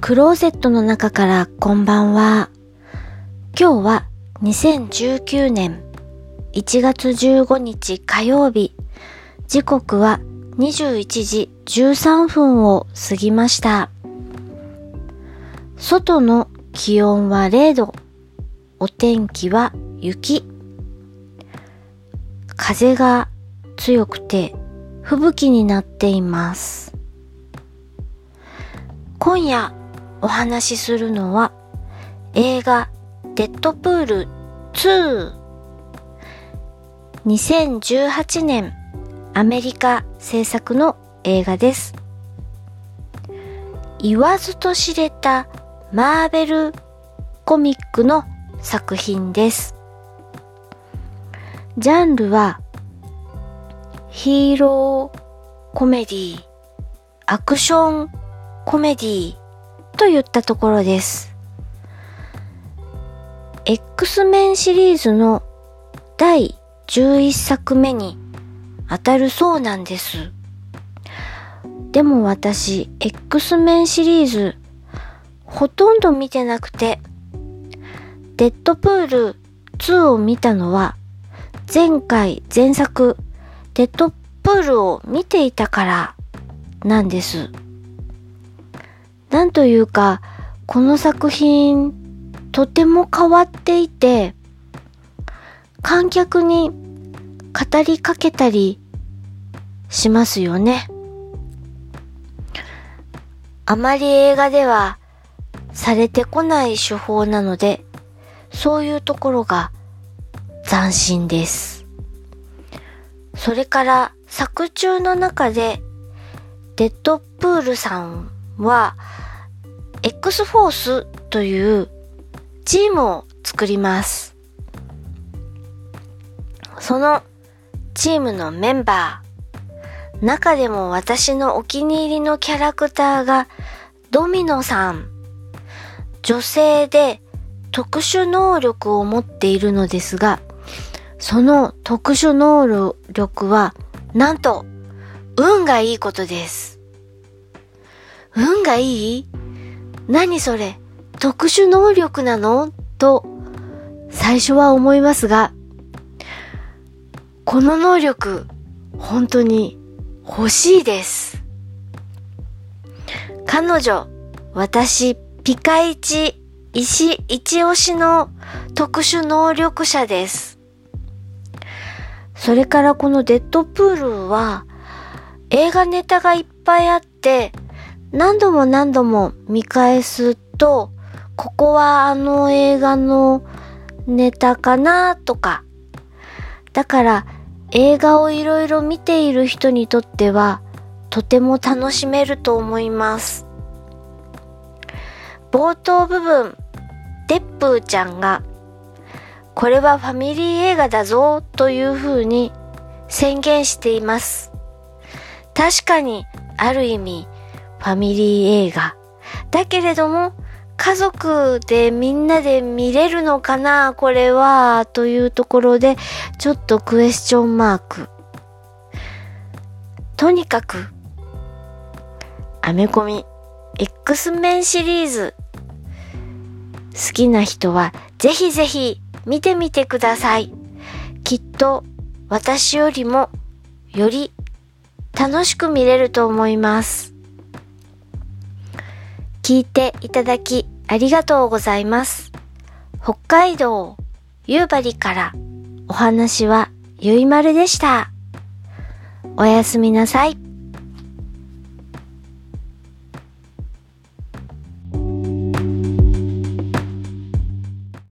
クローゼットの中からこんばんは。今日は2019年1月15日火曜日。時刻は21時13分を過ぎました。外の気温は0度。お天気は雪。風が強くて吹雪になっています。今夜お話しするのは映画デッドプール2。2018年アメリカ制作の映画です。言わずと知れたマーベルコミックの作品です。ジャンルはヒーローコメディ、アクションコメディといったところです。X メンシリーズの第11作目に当たるそうなんです。でも私 X メンシリーズほとんど見てなくて、デッドプール2を見たのは前作デッドプールを見ていたからなんです。なんというかこの作品とても変わっていて、観客に語りかけたりしますよね。あまり映画ではされてこない手法なので、そういうところが斬新です。それから作中の中でデッドプールさんは X フォースというチームを作ります。そのチームのメンバー、中でも私のお気に入りのキャラクターがドミノさん。女性で特殊能力を持っているのですが、その特殊能力はなんと運がいいことです。運がいい？何それ？特殊能力なの？と最初は思いますが、この能力本当に欲しいです。彼女、私ピカイチ一押しの特殊能力者です。それからこのデッドプールは映画ネタがいっぱいあって、何度も見返すと、ここはあの映画のネタかなとか、だから映画をいろいろ見ている人にとってはとても楽しめると思います。冒頭部分、デップーちゃんがこれはファミリー映画だぞというふうに宣言しています。確かにある意味ファミリー映画だけれども、家族でみんなで見れるのかなこれはというところでちょっとクエスチョンマーク。とにかくアメコミ X メンシリーズ好きな人はぜひぜひ見てみてください。きっと私よりもより楽しく見れると思います。聞いていただきありがとうございます。北海道夕張からお話はゆいまるでした。おやすみなさい。